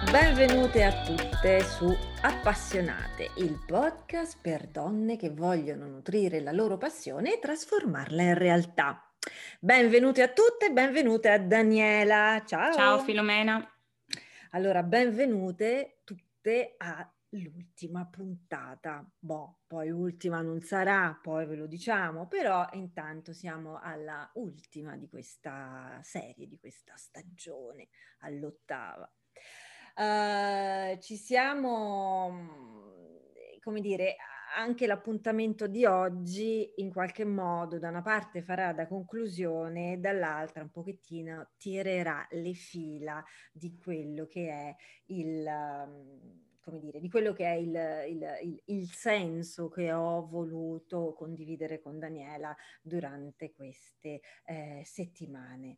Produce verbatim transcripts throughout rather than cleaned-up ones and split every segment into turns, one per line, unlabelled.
Benvenute a tutte su Appassionate, il podcast per donne che vogliono nutrire la loro passione e trasformarla in realtà. Benvenute a tutte, benvenute a Daniela. Ciao!
Ciao Filomena.
Allora, benvenute tutte all'ultima puntata. Boh, poi ultima non sarà, poi ve lo diciamo, però intanto siamo alla ultima di questa serie, di questa stagione, all'ottava. Uh, ci siamo, come dire, anche l'appuntamento di oggi in qualche modo da una parte farà da conclusione, dall'altra un pochettino tirerà le fila di quello che è il, come dire, di quello che è il, il, il, il senso che ho voluto condividere con Daniela durante queste eh, settimane.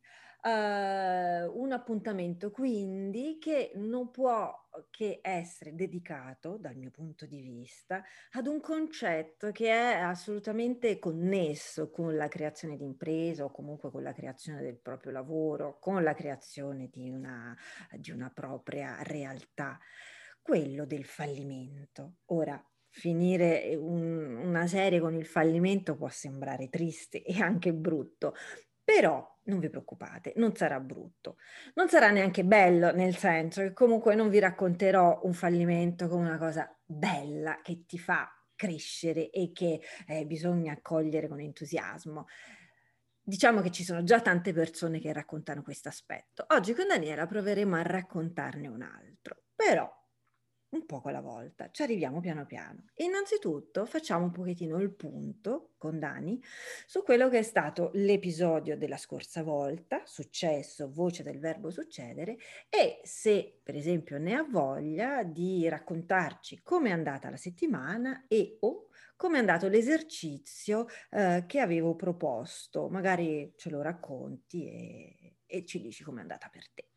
Uh, un appuntamento quindi che non può che essere dedicato, dal mio punto di vista, ad un concetto che è assolutamente connesso con la creazione di impresa o comunque con la creazione del proprio lavoro, con la creazione di una, di una propria realtà, quello del fallimento. Ora, finire un, una serie con il fallimento può sembrare triste e anche brutto, però non vi preoccupate, non sarà brutto, non sarà neanche bello, nel senso che comunque non vi racconterò un fallimento come una cosa bella che ti fa crescere e che eh, bisogna accogliere con entusiasmo. Diciamo che ci sono già tante persone che raccontano questo aspetto. Oggi con Daniela proveremo a raccontarne un altro, però un poco alla volta, ci arriviamo piano piano. Innanzitutto facciamo un pochettino il punto con Dani su quello che è stato l'episodio della scorsa volta, successo, voce del verbo succedere, e se per esempio ne ha voglia di raccontarci come è andata la settimana e o come è andato l'esercizio eh, che avevo proposto. Magari ce lo racconti e, e ci dici com'è andata per te.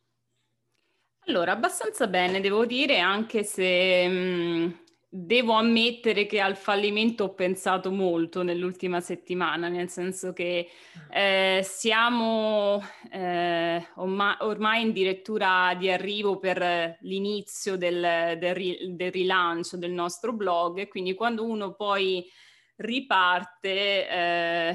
Allora, abbastanza bene, devo dire, anche se mh, devo ammettere che al fallimento ho pensato molto nell'ultima settimana, nel senso che eh, siamo eh, ormai, ormai in dirittura di arrivo per l'inizio del, del, ri- del rilancio del nostro blog, e quindi quando uno poi riparte... Eh,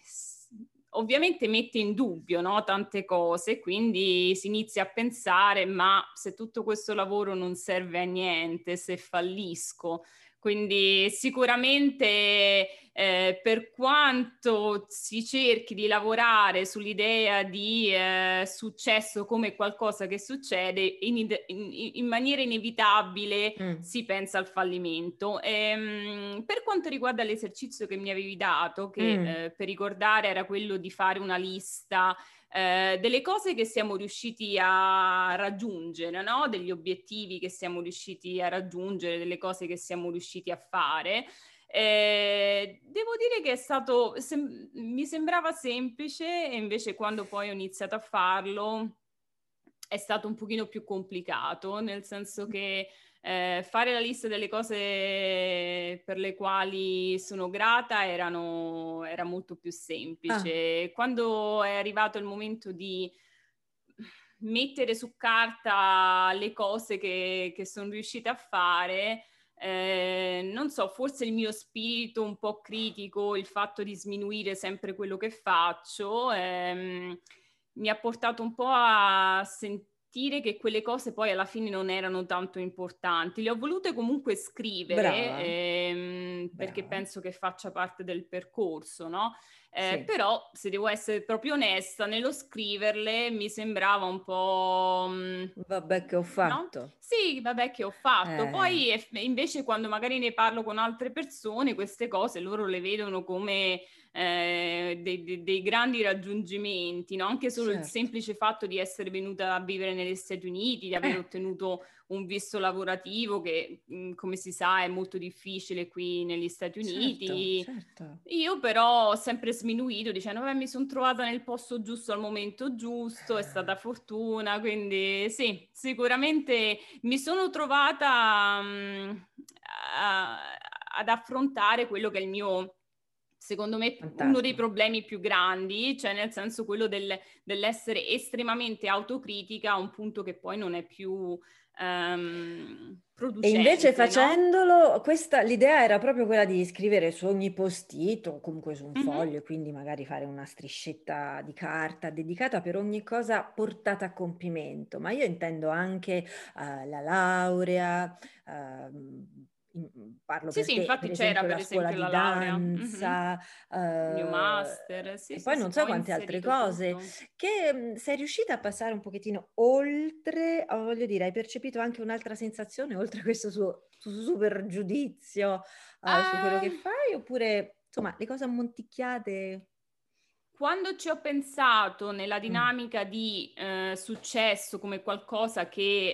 ovviamente mette in dubbio, no, tante cose, quindi si inizia a pensare, ma se tutto questo lavoro non serve a niente, se fallisco. Quindi sicuramente eh, per quanto si cerchi di lavorare sull'idea di eh, successo come qualcosa che succede, in, in, in maniera inevitabile
Mm.
si pensa al fallimento. Ehm, per quanto riguarda l'esercizio che mi avevi dato, che
Mm.
eh, per ricordare era quello di fare una lista eh, delle cose che siamo riusciti a raggiungere, no? Degli obiettivi che siamo riusciti a raggiungere, delle cose che siamo riusciti a fare. Eh, devo dire che è stato, sem- mi sembrava semplice, e invece quando poi ho iniziato a farlo è stato un pochino più complicato, nel senso che eh, fare la lista delle cose per le quali sono grata erano, era molto più semplice.
Ah.
Quando è arrivato il momento di mettere su carta le cose che, che sono riuscita a fare, eh, non so, forse il mio spirito un po' critico, il fatto di sminuire sempre quello che faccio, ehm, mi ha portato un po' a sentire che quelle cose poi alla fine non erano tanto importanti. Le ho volute comunque scrivere,
Brava,
ehm, perché
brava.
penso che faccia parte del percorso, no? Eh,
Sì.
però, se devo essere proprio onesta, nello scriverle mi sembrava un po'... mh,
Vabbè che ho
no?
fatto.
Sì, vabbè, che ho fatto.
Eh,
Poi eff- invece quando magari ne parlo con altre persone, queste cose loro le vedono come eh, dei, dei- dei grandi raggiungimenti, no? Anche solo il
certo.
semplice fatto di essere venuta a vivere negli Stati Uniti, di aver
Eh,
ottenuto un visto lavorativo che, mh, come si sa, è molto difficile qui negli Stati
certo,
Uniti.
certo.
Io però ho sempre sminuito dicendo, beh, mi sono trovata nel posto giusto al momento giusto, è stata fortuna, quindi sì, sicuramente mi sono trovata mh, a- ad affrontare quello che è il mio secondo me
Fantastico.
Uno dei problemi più grandi, cioè nel senso quello del, dell'essere estremamente autocritica a un punto che poi non è più um, producente.
E invece facendolo,
no?
questa, l'idea era proprio quella di scrivere su ogni post-it o comunque su un
mm-hmm.
foglio, e quindi magari fare una striscetta di carta dedicata per ogni cosa portata a compimento. Ma io intendo anche uh, la laurea, uh, In, parlo
Sì,
per
sì,
te,
infatti
per
c'era
esempio
per
la scuola
esempio
di
la laurea,
danza,
mm-hmm. New
uh,
Master, sì,
e
sì,
poi
sì,
non so
poi
quante altre
inserito
cose,
tutto.
che mh, sei riuscita a passare un pochettino oltre, oh, voglio dire, hai percepito anche un'altra sensazione oltre questo suo, suo super giudizio uh, uh, su quello che fai, oppure insomma le cose ammonticchiate?
Quando ci ho pensato nella dinamica mm. di eh, successo come qualcosa che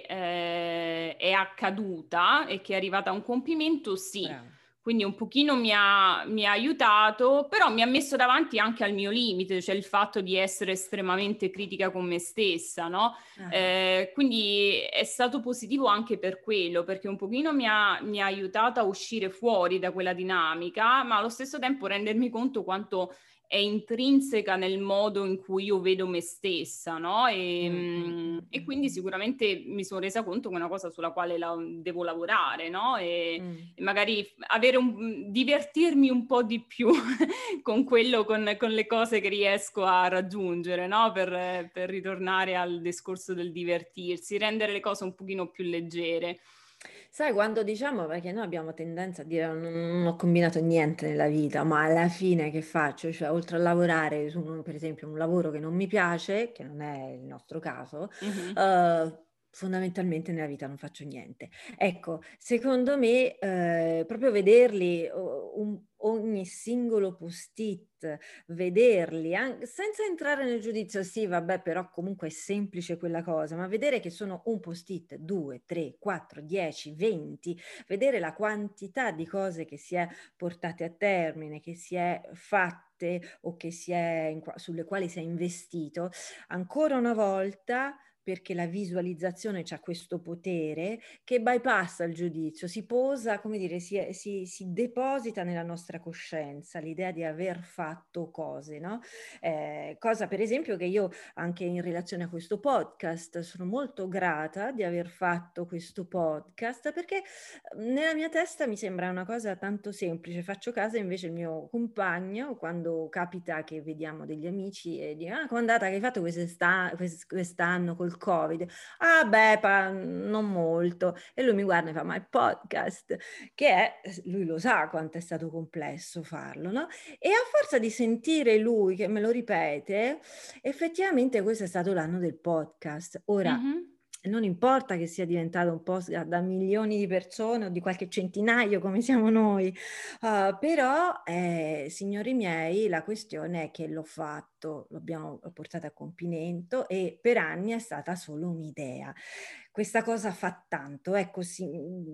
eh, è accaduta e che è arrivata a un compimento, sì. Bravo. Quindi un pochino mi ha, mi ha aiutato, però mi ha messo davanti anche al mio limite, cioè il fatto di essere estremamente critica con me stessa, no? Uh-huh. Eh, quindi è stato positivo anche per quello, perché un pochino mi ha, mi ha aiutato a uscire fuori da quella dinamica, ma allo stesso tempo rendermi conto quanto è intrinseca nel modo in cui io vedo me stessa, no? E, mm, mm, e quindi sicuramente mi sono resa conto che è una cosa sulla quale la, devo lavorare, no? E, mm. e magari avere un, divertirmi un po' di più con quello, con, con le cose che riesco a raggiungere, no? Per, per ritornare al discorso del divertirsi, rendere le cose un pochino più leggere.
Sai, quando diciamo, perché noi abbiamo tendenza a dire non, non ho combinato niente nella vita, ma alla fine che faccio? Cioè, oltre a lavorare su, un, per esempio, un lavoro che non mi piace, che non è il nostro caso, mm-hmm. uh, fondamentalmente nella vita non faccio niente. Ecco, secondo me eh, proprio vederli un, ogni singolo post-it, vederli anche, senza entrare nel giudizio, sì vabbè però comunque è semplice quella cosa, ma vedere che sono un post-it, due, tre, quattro, dieci, venti, vedere la quantità di cose che si è portate a termine, che si è fatte o che si è in, sulle quali si è investito, ancora una volta, perché la visualizzazione c'ha questo potere che bypassa il giudizio, si posa, come dire, si, si, si deposita nella nostra coscienza l'idea di aver fatto cose, no? Eh, cosa per esempio che io anche in relazione a questo podcast sono molto grata di aver fatto questo podcast, perché nella mia testa mi sembra una cosa tanto semplice, faccio caso invece il mio compagno quando capita che vediamo degli amici e dico ah, com'è andata, che hai fatto quest'anno, quest'anno col Covid? Ah beh, pa, non molto. E lui mi guarda e fa, ma il podcast, che è, lui lo sa quanto è stato complesso farlo, no? E a forza di sentire lui che me lo ripete, effettivamente questo è stato l'anno del podcast. Ora, mm-hmm. non importa che sia diventato un podcast da milioni di persone o di qualche centinaio come siamo noi, uh, però, eh, signori miei, la questione è che l'ho fatto, l'abbiamo portato a compimento e per anni è stata solo un'idea. Questa cosa fa tanto, ecco, sì,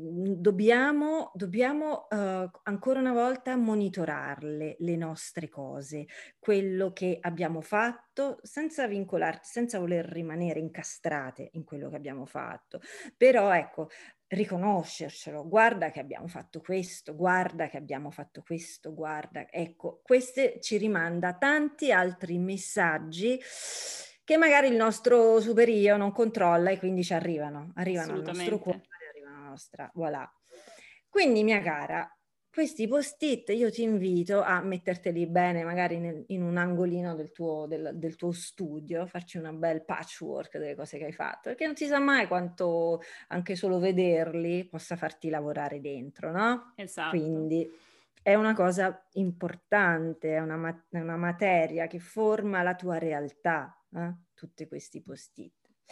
dobbiamo, dobbiamo uh, ancora una volta monitorarle le nostre cose, quello che abbiamo fatto, senza vincolarci, senza voler rimanere incastrate in quello che abbiamo fatto. Però ecco, riconoscercelo, guarda che abbiamo fatto questo, guarda che abbiamo fatto questo, guarda, ecco, queste ci rimanda tanti altri messaggi che magari il nostro super io non controlla e quindi ci arrivano, arrivano al nostro cuore, arrivano alla nostra, voilà. Quindi mia cara, questi post-it io ti invito a metterteli bene magari nel, in un angolino del tuo, del, del tuo studio, farci una bel patchwork delle cose che hai fatto, perché non si sa mai quanto anche solo vederli possa farti lavorare dentro, no?
Esatto.
Quindi è una cosa importante, è una, mat- è una materia che forma la tua realtà, eh? Tutti questi post-it.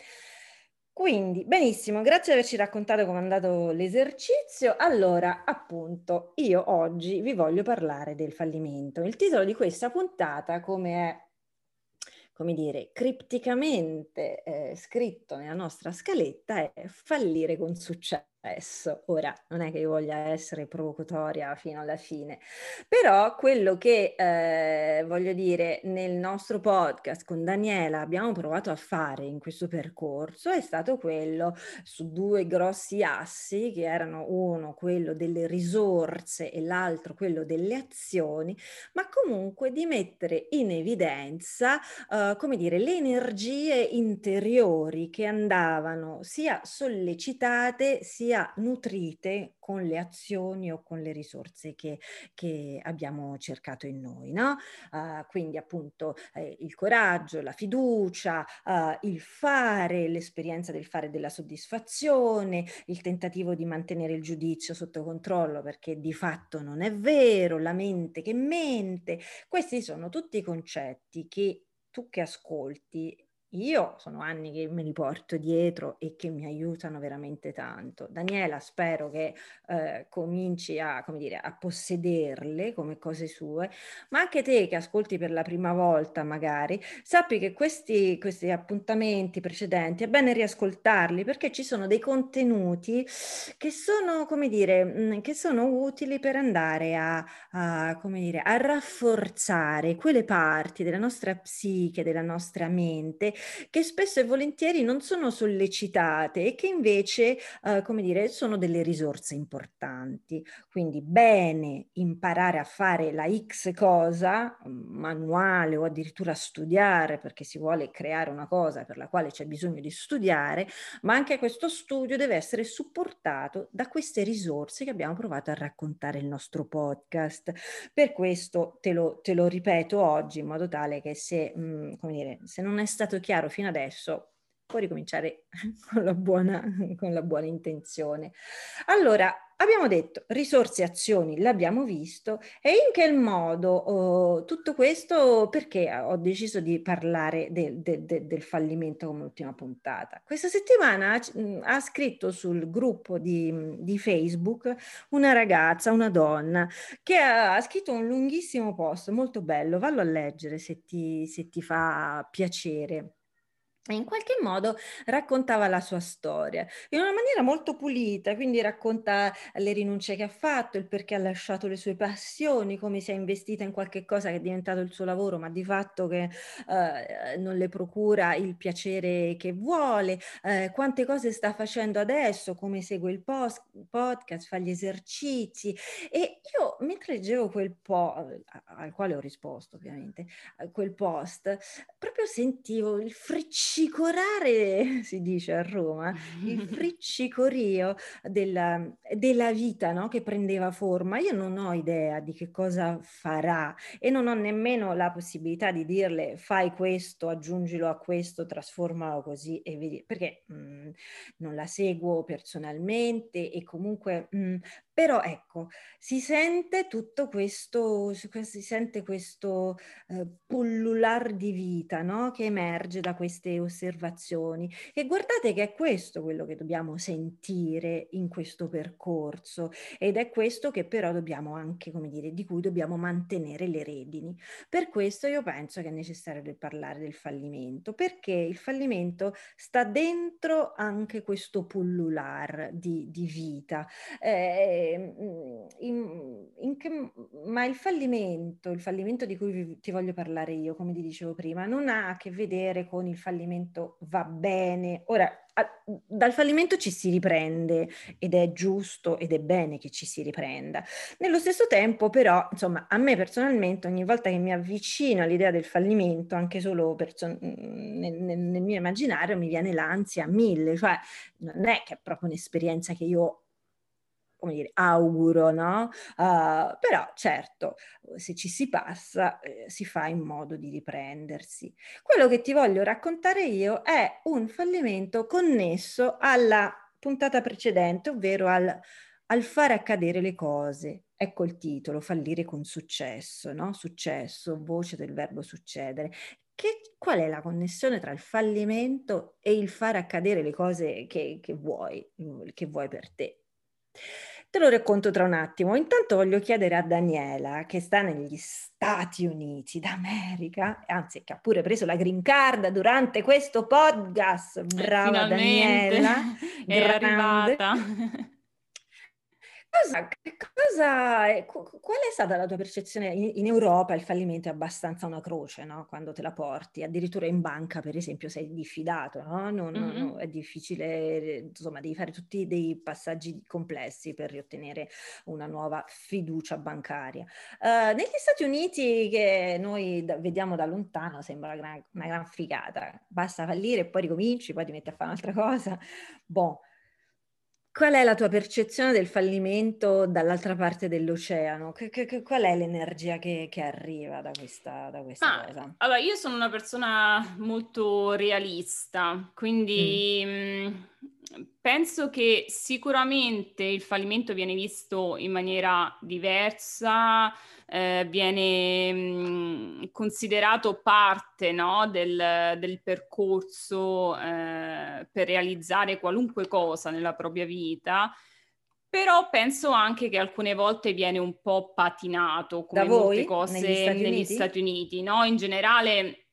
Quindi, benissimo, grazie di averci raccontato come è andato l'esercizio. Allora, appunto, io oggi vi voglio parlare del fallimento. Il titolo di questa puntata, come è, come dire, cripticamente eh, scritto nella nostra scaletta, è Fallire con successo. Adesso, ora, non è che io voglia essere provocatoria fino alla fine, però quello che eh, voglio dire nel nostro podcast con Daniela abbiamo provato a fare in questo percorso è stato quello su due grossi assi che erano uno quello delle risorse e l'altro quello delle azioni, ma comunque di mettere in evidenza Uh, come dire, le energie interiori che andavano sia sollecitate sia nutrite con le azioni o con le risorse che, che abbiamo cercato in noi, no? Uh, quindi appunto eh, il coraggio, la fiducia, uh, il fare, l'esperienza del fare della soddisfazione, il tentativo di mantenere il giudizio sotto controllo perché di fatto non è vero, la mente che mente. Questi sono tutti concetti che tu che ascolti, io sono anni che me li porto dietro e che mi aiutano veramente tanto. Daniela, spero che eh, cominci a, come dire, a possederle come cose sue, ma anche te che ascolti per la prima volta magari, sappi che questi, questi appuntamenti precedenti è bene riascoltarli perché ci sono dei contenuti che sono, come dire, mh, che sono utili per andare a, a, come dire, a rafforzare quelle parti della nostra psiche, della nostra mente, che spesso e volentieri non sono sollecitate e che invece, eh, come dire, sono delle risorse importanti. Quindi bene imparare a fare la X cosa, manuale o addirittura studiare perché si vuole creare una cosa per la quale c'è bisogno di studiare, ma anche questo studio deve essere supportato da queste risorse che abbiamo provato a raccontare nel nostro podcast. Per questo te lo, te lo ripeto oggi in modo tale che se, mh, come dire, se non è stato chiaro fino adesso, puoi ricominciare con la buona, con la buona intenzione. Allora, abbiamo detto risorse e azioni, l'abbiamo visto, e in che modo oh, tutto questo, perché ho deciso di parlare de, de, de, del fallimento come ultima puntata? Questa settimana mh, ha scritto sul gruppo di, di Facebook una ragazza, una donna, che ha, ha scritto un lunghissimo post molto bello, vallo a leggere se ti, se ti fa piacere. E in qualche modo raccontava la sua storia in una maniera molto pulita, quindi racconta le rinunce che ha fatto, il perché ha lasciato le sue passioni, come si è investita in qualche cosa che è diventato il suo lavoro, ma di fatto che eh, non le procura il piacere che vuole, eh, quante cose sta facendo adesso, come segue il post, podcast, fa gli esercizi. E io mentre leggevo quel po', al quale ho risposto ovviamente, a quel post, proprio sentivo il friccicorare, si dice a Roma, il friccicorio della, della vita, no? Che prendeva forma. Io non ho idea di che cosa farà e non ho nemmeno la possibilità di dirle fai questo, aggiungilo a questo, trasformalo così e vedi, perché mh, non la seguo personalmente e comunque, mh, però ecco, si sente tutto questo, si sente questo eh, pullular di vita, no? Che emerge da queste osservazioni. E guardate che è questo quello che dobbiamo sentire in questo percorso ed è questo che però dobbiamo anche, come dire, di cui dobbiamo mantenere le redini. Per questo io penso che è necessario del parlare del fallimento, perché il fallimento sta dentro anche questo pullular di, di vita. Eh, in, in che, ma il fallimento, il fallimento di cui vi, ti voglio parlare io, come ti dicevo prima, non ha a che vedere con il fallimento va bene. Ora, a, dal fallimento ci si riprende ed è giusto ed è bene che ci si riprenda. Nello stesso tempo, però, insomma, a me personalmente, ogni volta che mi avvicino all'idea del fallimento, anche solo perso- nel, nel, nel mio immaginario, mi viene l'ansia a mille, cioè non è che è proprio un'esperienza che io come dire, auguro, no? Uh, però certo, se ci si passa, eh, si fa in modo di riprendersi. Quello che ti voglio raccontare io è un fallimento connesso alla puntata precedente, ovvero al, al fare accadere le cose. Ecco il titolo, fallire con successo, no? Successo, voce del verbo succedere. Che, qual è la connessione tra il fallimento e il fare accadere le cose che, che vuoi, che vuoi per te? Te lo racconto tra un attimo. Intanto voglio chiedere a Daniela, che sta negli Stati Uniti d'America, anzi che ha pure preso la green card durante questo podcast.
Eh,
Brava
finalmente
Daniela,
è
grande.
arrivata.
cosa, che cosa è- qu- qual è stata la tua percezione? In, in Europa il fallimento è abbastanza una croce, no? Quando te la porti, addirittura in banca, per esempio, sei diffidato, no? Non- non-
Mhm.
no, è difficile, eh, insomma, devi fare tutti dei passaggi complessi per riottenere una nuova fiducia bancaria. Eh, negli Stati Uniti, che noi da- vediamo da lontano, sembra una gran, una gran figata. Basta fallire e poi ricominci, poi ti metti a fare un'altra cosa. Boh. Qual è la tua percezione del fallimento dall'altra parte dell'oceano? Che- che- che- qual è l'energia che, che arriva da questa, da questa
Ma
cosa?
allora, io sono una persona molto realista,
Mm.
quindi mh, penso che sicuramente il fallimento viene visto in maniera diversa, eh, viene mh, considerato parte, no, del, del percorso eh, per realizzare qualunque cosa nella propria vita. Però penso anche che alcune volte viene un po' patinato,
Da
come molte
voi, negli
cose
Stati
negli
Uniti?
Stati Uniti, no? In generale,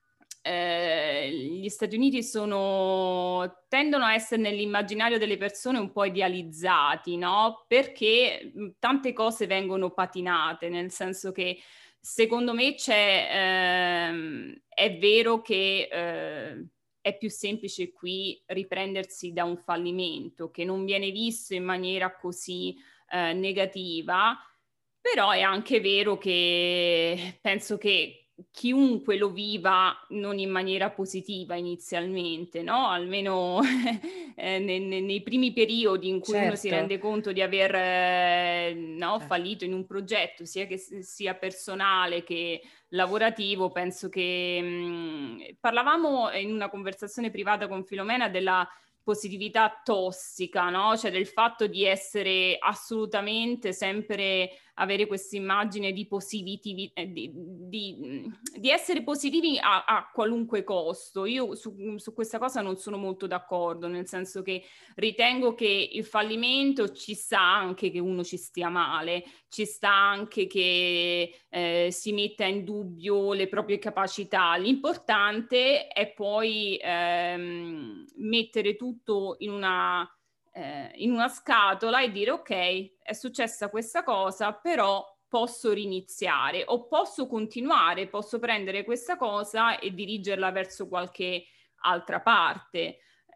eh, gli Stati Uniti sono, tendono a essere nell'immaginario delle persone un po' idealizzati, no? Perché mh, tante cose vengono patinate, nel senso che secondo me c'è, ehm, è vero che eh, è più semplice qui riprendersi da un fallimento che non viene visto in maniera così eh, negativa, però è anche vero che penso che chiunque lo viva non in maniera positiva inizialmente, no? Almeno eh, nei, nei primi periodi in cui uno si
Certo,
rende conto di aver eh, no,
certo.
fallito in un progetto, sia che sia personale che lavorativo, penso che mh, parlavamo in una conversazione privata con Filomena della positività tossica, no? Cioè del fatto di essere assolutamente sempre avere questa immagine di positività, eh, di, di, di, essere positivi a, a qualunque costo. Io su, su questa cosa non sono molto d'accordo, nel senso che ritengo che il fallimento ci sta anche che uno ci stia male, ci sta anche che eh, si metta in dubbio le proprie capacità. L'importante è poi ehm, mettere tutto in una, eh, in una scatola e dire ok, è successa questa cosa, però posso riniziare o posso continuare, posso prendere questa cosa e dirigerla verso qualche altra parte.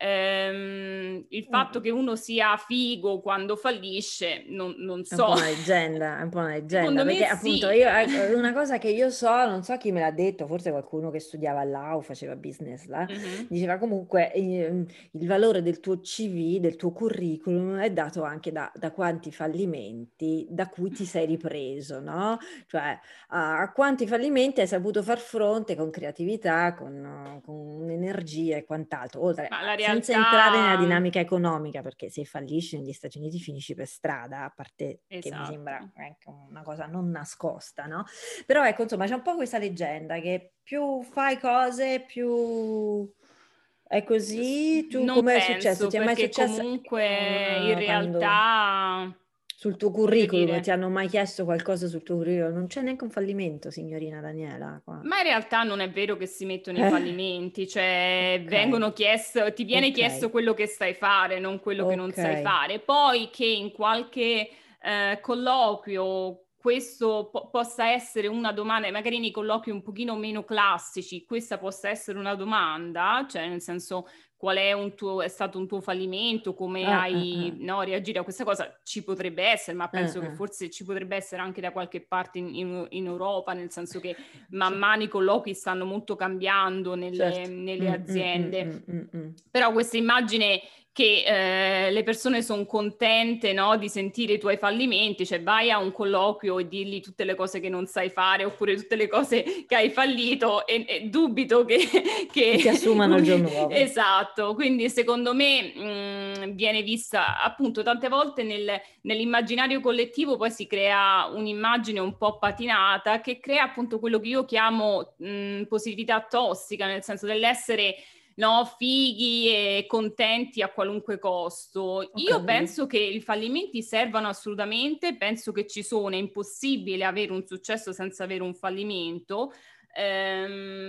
Ehm, il fatto
Mm.
che uno sia figo quando fallisce, non, non
È un po'
so.
una leggenda, è un po' una leggenda,
Secondo me
perché appunto
sì.
io, eh, una cosa che io so, non so chi me l'ha detto, forse qualcuno che studiava all'A U, faceva business là,
Mhm.
diceva comunque eh, il valore del tuo C V, del tuo curriculum è dato anche da, da quanti fallimenti da cui ti sei ripreso, no? Cioè a, a quanti fallimenti hai saputo far fronte con creatività, con, con energia e quant'altro, oltre
Ma
a-
la
senza entrare nella
realtà,
dinamica economica, perché se fallisci negli Stati Uniti finisci per strada, a parte che mi
esatto.
sembra anche una cosa non nascosta, no? Però ecco, insomma, c'è un po' questa leggenda che più fai cose, più è così. Tu
Non
come è successo?
penso,
Ti è mai
perché
successo
comunque in
eh, quando
realtà,
sul tuo
voglio
curriculum ti
dire,
hanno mai chiesto qualcosa sul tuo curriculum? Non c'è neanche un fallimento, signorina Daniela, qua.
ma in realtà non è vero che si mettono i
Eh,
fallimenti, cioè
ok,
vengono chiesto, ti viene
ok,
chiesto quello che sai fare, non quello che non
ok.
sai fare. Poi che in qualche eh, colloquio questo po- possa essere una domanda, magari nei colloqui un pochino meno classici, questa possa essere una domanda, cioè nel senso qual è, un tuo, è stato un tuo fallimento, come
Ah, ah,
hai
ah,
no, reagito a questa cosa, ci potrebbe essere, ma
ah,
penso che
ah.
forse ci potrebbe essere anche da qualche parte in, in, in Europa, nel senso che man
Cioè,
mano i colloqui stanno molto cambiando nelle,
certo.
nelle
Mm, mm, mm,
aziende.
mm, mm, mm.
Però questa immagine che eh, le persone sono contente, no, di sentire i tuoi fallimenti, cioè vai a un colloquio e dirgli tutte le cose che non sai fare oppure tutte le cose che hai fallito e, e dubito che,
Che
che
ti assumano il giorno dopo.
esatto, quindi secondo me mh, viene vista appunto tante volte nel, nell'immaginario collettivo poi si crea un'immagine un po' patinata che crea appunto quello che io chiamo mh, positività tossica, nel senso dell'essere no, fighi e contenti a qualunque costo.
Ho
Io
capito.
penso che i fallimenti servano assolutamente, penso che ci sono, è impossibile avere un successo senza avere un fallimento. Ehm,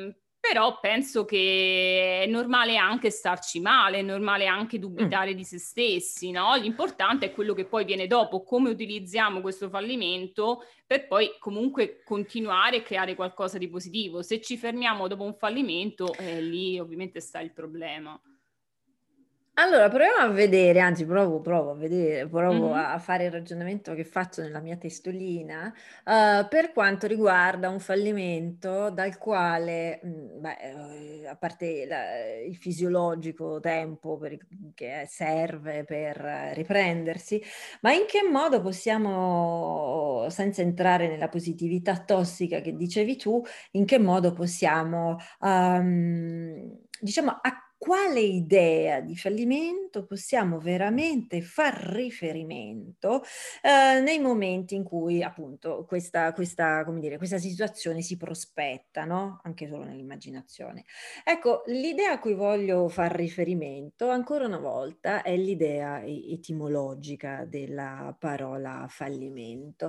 Però penso che è normale anche starci male, è normale anche
Mm.
dubitare di se stessi, no? L'importante è quello che poi viene dopo, come utilizziamo questo fallimento per poi comunque continuare e creare qualcosa di positivo. Se ci fermiamo dopo un fallimento, eh, lì ovviamente sta il problema.
Allora, proviamo a vedere, anzi provo, provo a vedere, provo
Mhm.
a fare il ragionamento che faccio nella mia testolina, eh, per quanto riguarda un fallimento dal quale, mh, beh, eh, a parte la- il fisiologico tempo per- che serve per eh, riprendersi, ma in che modo possiamo, senza entrare nella positività tossica che dicevi tu, in che modo possiamo, ehm, diciamo, a quale idea di fallimento possiamo veramente far riferimento eh, nei momenti in cui appunto questa, questa, come dire, questa situazione si prospetta, no? Anche solo nell'immaginazione. Ecco, l'idea a cui voglio far riferimento ancora una volta è l'idea e- etimologica della parola fallimento,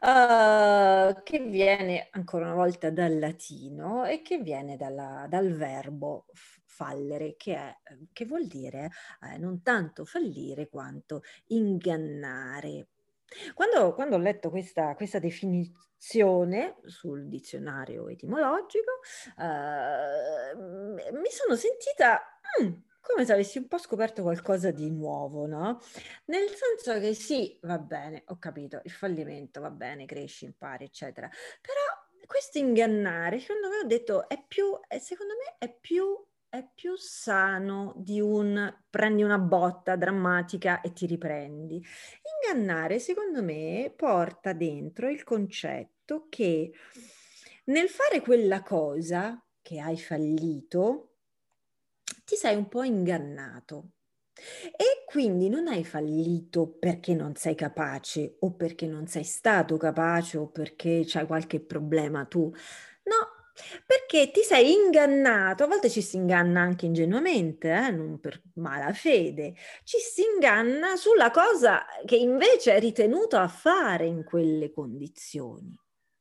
eh, che viene ancora una volta dal latino e che viene dalla- dal verbo f- fallere, che, è, eh, che vuol dire eh, non tanto fallire quanto ingannare. Quando, quando ho letto questa, questa definizione sul dizionario etimologico, eh, mi sono sentita mm, come se avessi un po' scoperto qualcosa di nuovo, no? Nel senso che sì, va bene, ho capito, il fallimento va bene, cresci, impari, eccetera. Però questo ingannare, secondo me, ho detto, è più, è- secondo me è più, è più sano di un prendi una botta drammatica e ti riprendi. Ingannare, secondo me, porta dentro il concetto che nel fare quella cosa che hai fallito, ti sei un po' ingannato. E quindi non hai fallito perché non sei capace o perché non sei stato capace o perché c'hai qualche problema tu. No, perché ti sei ingannato. A volte ci si inganna anche ingenuamente, eh, non per malafede. Ci si inganna sulla cosa che invece è ritenuto a fare in quelle condizioni.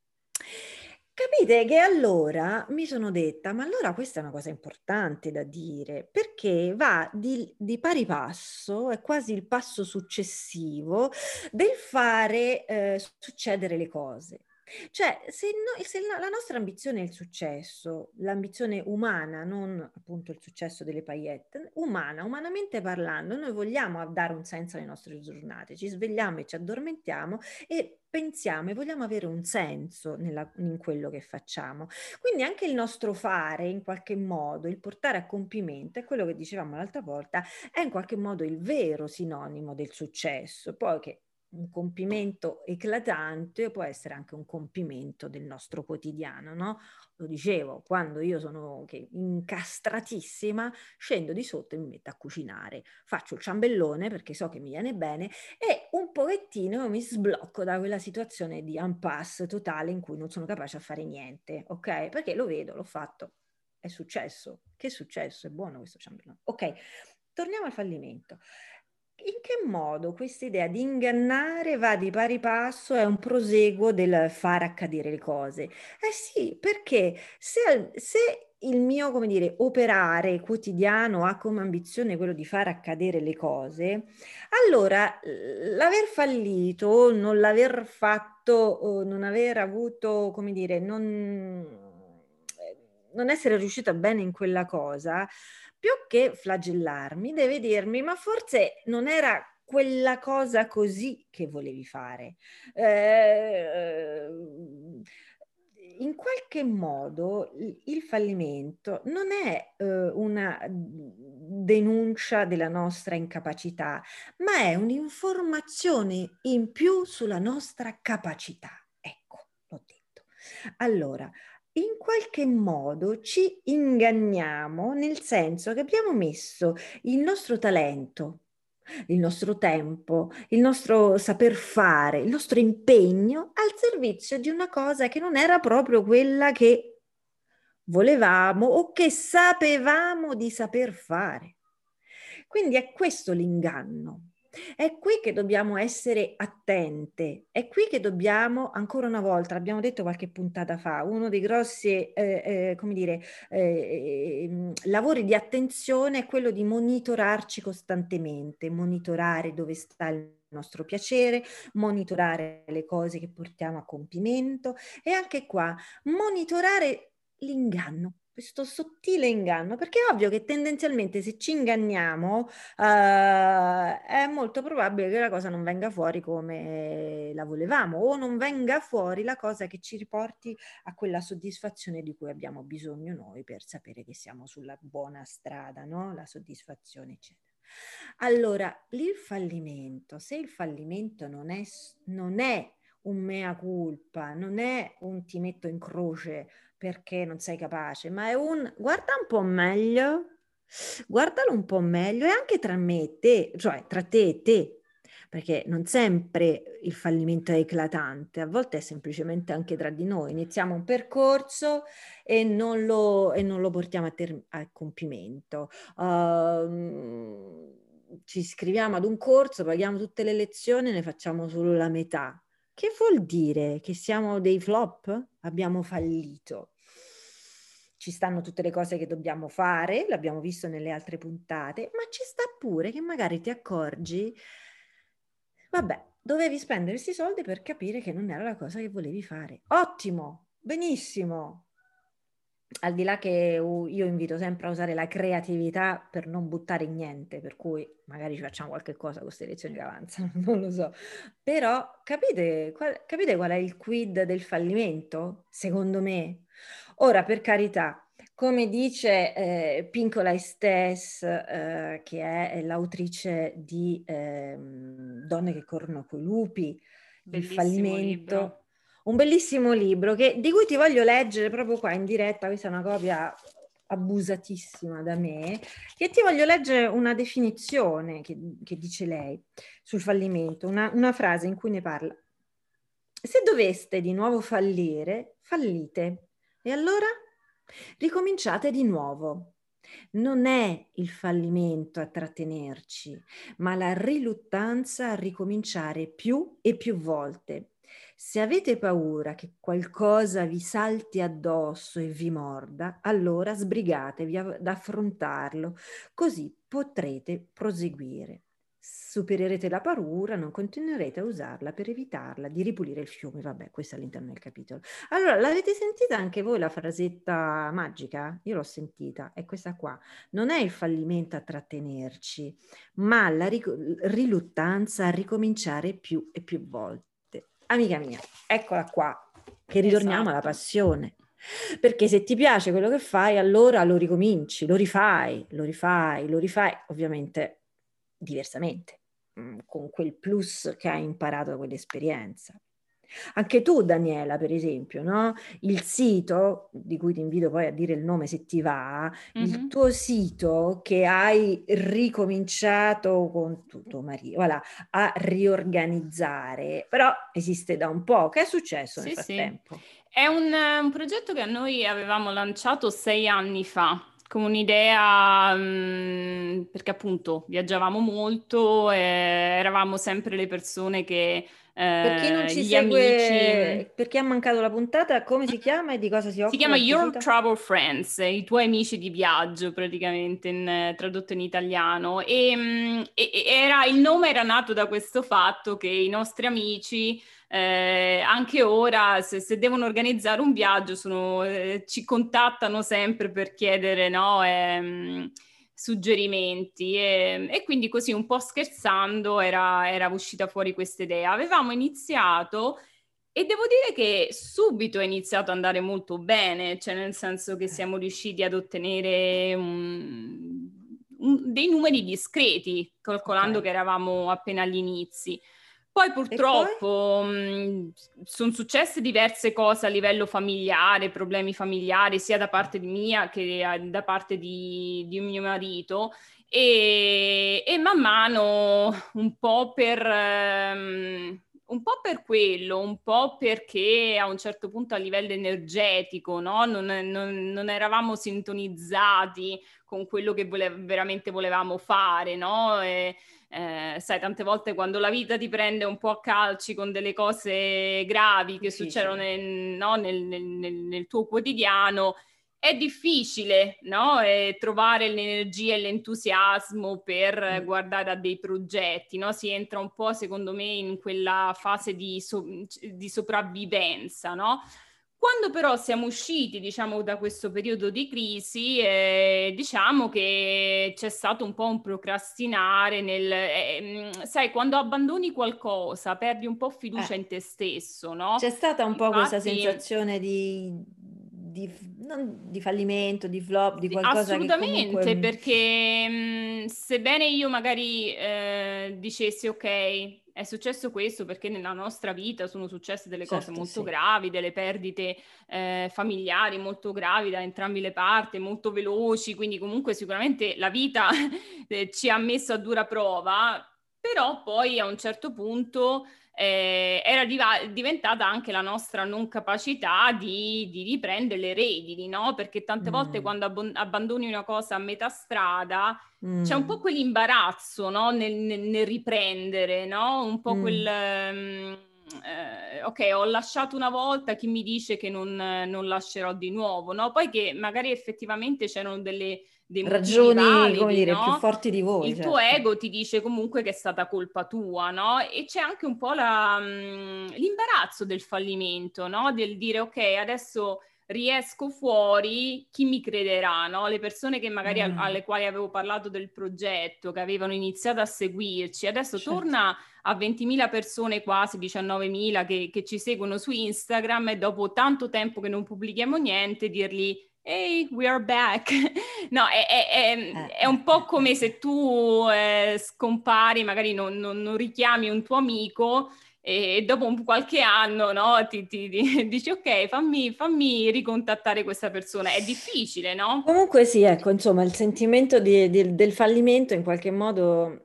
Capite che allora mi sono detta, ma allora questa è una cosa importante da dire, perché va di, di pari passo, è quasi il passo successivo del fare eh, succedere le cose. Cioè, se, no- se la, la nostra ambizione è il successo, l'ambizione umana, non appunto il successo delle paillette, umana, umanamente parlando, noi vogliamo dare un senso alle nostre giornate, ci svegliamo e ci addormentiamo e pensiamo e vogliamo avere un senso nella- in quello che facciamo. Quindi anche il nostro fare, in qualche modo, il portare a compimento, è quello che dicevamo l'altra volta, è in qualche modo il vero sinonimo del successo. Poi che un compimento eclatante può essere anche un compimento del nostro quotidiano, no? Lo dicevo, quando io sono che, incastratissima, scendo di sotto e mi metto a cucinare. Faccio il ciambellone perché so che mi viene bene e un pochettino mi sblocco da quella situazione di impasse totale in cui non sono capace a fare niente, ok? Perché lo vedo, l'ho fatto, è successo. Che è successo? È buono questo ciambellone. Ok, torniamo al fallimento. In che modo questa idea di ingannare va di pari passo, è un proseguo del far accadere le cose? Eh sì, perché se, se il mio, come dire, operare quotidiano ha come ambizione quello di far accadere le cose, allora l'aver fallito, non l'aver fatto, non aver avuto, come dire, non, non essere riuscita bene in quella cosa, più che flagellarmi, deve dirmi, ma forse non era quella cosa così che volevi fare. Eh, in qualche modo il fallimento non è eh, una denuncia della nostra incapacità, ma è un'informazione in più sulla nostra capacità. Ecco, l'ho detto. Allora, in qualche modo ci inganniamo nel senso che abbiamo messo il nostro talento, il nostro tempo, il nostro saper fare, il nostro impegno al servizio di una cosa che non era proprio quella che volevamo o che sapevamo di saper fare. Quindi è questo l'inganno. È qui che dobbiamo essere attente, è qui che dobbiamo, ancora una volta, l'abbiamo detto qualche puntata fa, uno dei grossi, eh, eh, come dire, eh, eh, lavori di attenzione è quello di monitorarci costantemente, monitorare dove sta il nostro piacere, monitorare le cose che portiamo a compimento e anche qua monitorare l'inganno, questo sottile inganno, perché è ovvio che tendenzialmente se ci inganniamo eh, è molto probabile che la cosa non venga fuori come la volevamo o non venga fuori la cosa che ci riporti a quella soddisfazione di cui abbiamo bisogno noi per sapere che siamo sulla buona strada, no? La soddisfazione, eccetera. Allora, il fallimento, se il fallimento non è, non è un mea culpa, non è un ti metto in croce perché non sei capace, ma è un guarda un po' meglio, guardalo un po' meglio e anche tra me e te, cioè tra te e te, perché non sempre il fallimento è eclatante, a volte è semplicemente anche tra di noi. Iniziamo un percorso e non lo, e non lo portiamo a, ter- a compimento. Uh, ci iscriviamo ad un corso, paghiamo tutte le lezioni e ne facciamo solo la metà. Che vuol dire? Che siamo dei flop? Abbiamo fallito. Ci stanno tutte le cose che dobbiamo fare, l'abbiamo visto nelle altre puntate, ma ci sta pure che magari ti accorgi, vabbè, dovevi spendere questi soldi per capire che non era la cosa che volevi fare. Ottimo, benissimo. Al di là che io invito sempre a usare la creatività per non buttare niente, per cui magari ci facciamo qualche cosa con queste lezioni che avanzano, non lo so. Però capite qual, capite qual è il quid del fallimento? Secondo me. Ora, per carità, come dice eh, Pincola Estés, eh, che è l'autrice di eh, Donne che corrono coi lupi, il
Bellissimo libro.
fallimento, un bellissimo libro che, di cui ti voglio leggere proprio qua in diretta, questa è una copia abusatissima da me, che ti voglio leggere una definizione che, che dice lei sul fallimento, una, una frase in cui ne parla. Se doveste di nuovo fallire, fallite. E allora? Ricominciate di nuovo. Non è il fallimento a trattenerci, ma la riluttanza a ricominciare più e più volte. Se avete paura che qualcosa vi salti addosso e vi morda, allora sbrigatevi ad affrontarlo, così potrete proseguire. Supererete la paura, non continuerete a usarla per evitarla di ripulire il fiume. Vabbè, questo è all'interno del capitolo. Allora, l'avete sentita anche voi la frasetta magica? Io l'ho sentita, è questa qua. Non è il fallimento a trattenerci, ma la ric- riluttanza a ricominciare più e più volte. Amica mia, eccola qua, che ritorniamo alla
Esatto.
passione. Perché se ti piace quello che fai, allora lo ricominci, lo rifai, lo rifai, lo rifai, ovviamente diversamente, con quel plus che hai imparato da quell'esperienza. Anche tu, Daniela, per esempio, no? Il sito, di cui ti invito poi a dire il nome se ti va, mm-hmm. il tuo sito che hai ricominciato con tuo marito, voilà, a riorganizzare, però esiste da un po'. Che è successo
sì,
nel frattempo?
Sì. È un, un progetto che noi avevamo lanciato sei anni fa, con un'idea, mh, perché appunto viaggiavamo molto e eravamo sempre le persone che
Per chi non
eh,
ci
gli
segue,
amici...
per chi ha mancato la puntata, come si chiama e di cosa si
Si
occupa
chiama
il tuo
Your
sito?
Travel Friends, i tuoi amici di viaggio praticamente in, tradotto in italiano e, mh, e, era, il nome era nato da questo fatto che i nostri amici eh, anche ora se, se devono organizzare un viaggio sono, eh, ci contattano sempre per chiedere no, ehm, suggerimenti e, e quindi così un po' scherzando era, era uscita fuori questa idea. Avevamo iniziato e devo dire che subito è iniziato ad andare molto bene, cioè nel senso che siamo riusciti ad ottenere un, un, dei numeri discreti, calcolando
Okay.
che eravamo appena agli inizi. Poi purtroppo sono successe diverse cose a livello familiare, problemi familiari, sia da parte mia che da parte di, di mio marito, e, e man mano un po' per... Um, un po' per quello, un po' perché a un certo punto a livello energetico, no? non, non, non eravamo sintonizzati con quello che vole- veramente volevamo fare, no? E, eh, sai, tante volte quando la vita ti prende un po' a calci con delle cose gravi che
Difficile.
succedono nel, no, nel, nel, nel, nel tuo quotidiano, è difficile, no? E trovare l'energia e l'entusiasmo per
Mm.
guardare a dei progetti, no? Si entra un po', secondo me, in quella fase di, so- di sopravvivenza, no? Quando però siamo usciti, diciamo, da questo periodo di crisi, eh, diciamo che c'è stato un po' un procrastinare nel... eh, mm, sai, quando abbandoni qualcosa, perdi un po' fiducia
Eh.
in te stesso, no?
C'è stata un po' questa
Infatti...
sensazione di, di, non di fallimento, di flop, di
Sì,
qualcosa che comunque...
assolutamente,
mm,
perché mh, sebbene io magari eh, dicessi ok, è successo questo perché nella nostra vita sono successe delle cose
certo,
molto
sì.
gravi, delle perdite eh, familiari molto gravi da entrambe le parti, molto veloci, quindi comunque sicuramente la vita eh, ci ha messo a dura prova, però poi a un certo punto eh, era diva- diventata anche la nostra non capacità di, di riprendere le redini, no? Perché tante volte
Mm,
quando abbon- abbandoni una cosa a metà strada c'è un po'
mm,
quell'imbarazzo, no? Nel, nel- nel riprendere, no? Un po' quel...
mm.
ehm, eh, ok, ho lasciato una volta, chi mi dice che non, non lascerò di nuovo, no? Poi che magari effettivamente c'erano delle, dei motivi
Ragioni, come
validi,
dire, più
no?
forti di voi,
Il tuo
certo.
ego ti dice comunque che è stata colpa tua, no? E c'è anche un po' la, mh, l'imbarazzo del fallimento, no? Del dire ok, adesso riesco fuori, chi mi crederà, no? Le persone che magari al-
Eh,
alle quali avevo parlato del progetto, che avevano iniziato a seguirci, adesso
certo.
torna a ventimila persone, quasi diciannovemila che, che ci seguono su Instagram e dopo tanto tempo che non pubblichiamo niente, dirgli Hey, we are back. No, è, è- è-
Eh,
è
eh,
un po'
eh,
come
eh,
se
eh.
tu eh, scompari, magari non, non- non richiami un tuo amico e dopo un- qualche anno, no, ti, ti- ti- dici ok, fammi, fammi ricontattare questa persona. È difficile, no?
Comunque sì, ecco, insomma, il sentimento di- di- del fallimento in qualche modo,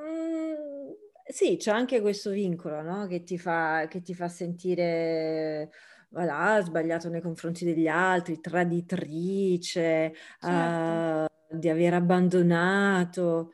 mm, sì, c'è anche questo vincolo, no? Che ti fa, che ti fa sentire, voilà, sbagliato nei confronti degli altri, traditrice,
Certo.
eh, di aver abbandonato.